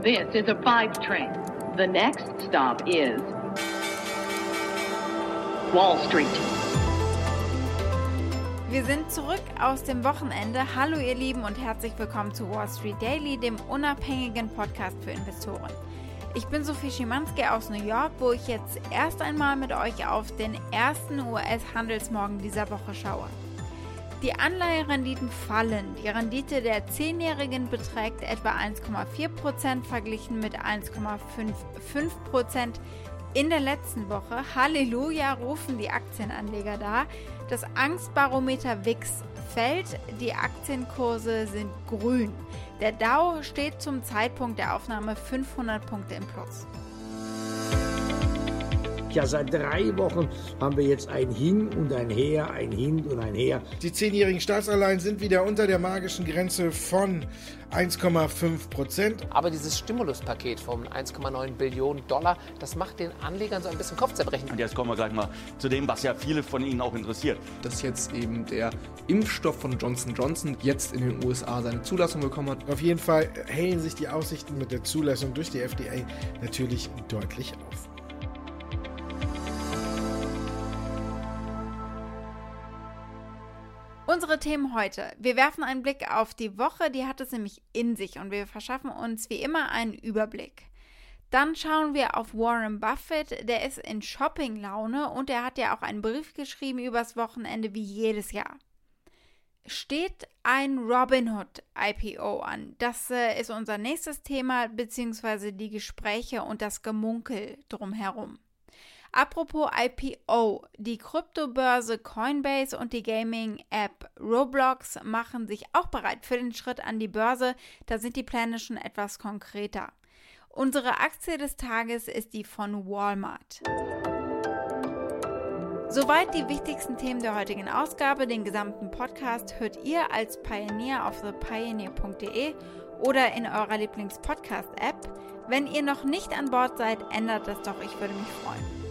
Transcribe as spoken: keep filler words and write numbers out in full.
This is a five train. The next stop is Wall Street. Wir sind zurück aus dem Wochenende. Hallo ihr Lieben und herzlich willkommen zu Wall Street Daily, dem unabhängigen Podcast für Investoren. Ich bin Sophie Schimanski aus New York, wo ich jetzt erst einmal mit euch auf den ersten U S-Handelsmorgen dieser Woche schaue. Die Anleiherenditen fallen. Die Rendite der zehnjährigen beträgt etwa eins Komma vier Prozent verglichen mit eins Komma fünfundfünfzig Prozent in der letzten Woche. Halleluja, rufen die Aktienanleger da. Das Angstbarometer V I X fällt, die Aktienkurse sind grün. Der Dow steht zum Zeitpunkt der Aufnahme fünfhundert Punkte im Plus. Ja, seit drei Wochen haben wir jetzt ein Hin und ein Her, ein Hin und ein Her. Die zehnjährigen Staatsanleihen sind wieder unter der magischen Grenze von eins Komma fünf Prozent. Aber dieses Stimuluspaket von eins Komma neun Billionen Dollar, das macht den Anlegern so ein bisschen Kopfzerbrechen. Und jetzt kommen wir gleich mal zu dem, was ja viele von Ihnen auch interessiert. Dass jetzt eben der Impfstoff von Johnson und Johnson jetzt in den U S A seine Zulassung bekommen hat. Auf jeden Fall hellen sich die Aussichten mit der Zulassung durch die F D A natürlich deutlich auf. Unsere Themen heute. Wir werfen einen Blick auf die Woche, die hat es nämlich in sich und wir verschaffen uns wie immer einen Überblick. Dann schauen wir auf Warren Buffett, der ist in Shopping-Laune und er hat ja auch einen Brief geschrieben übers Wochenende wie jedes Jahr. Steht ein Robinhood I P O an? Das äh, ist unser nächstes Thema, beziehungsweise die Gespräche und das Gemunkel drumherum. Apropos I P O, die Kryptobörse Coinbase und die Gaming-App Roblox machen sich auch bereit für den Schritt an die Börse. Da sind die Pläne schon etwas konkreter. Unsere Aktie des Tages ist die von Walmart. Soweit die wichtigsten Themen der heutigen Ausgabe. Den gesamten Podcast hört ihr als Pioneer auf the pioneer punkt de oder in eurer Lieblings-Podcast-App. Wenn ihr noch nicht an Bord seid, ändert das doch, ich würde mich freuen.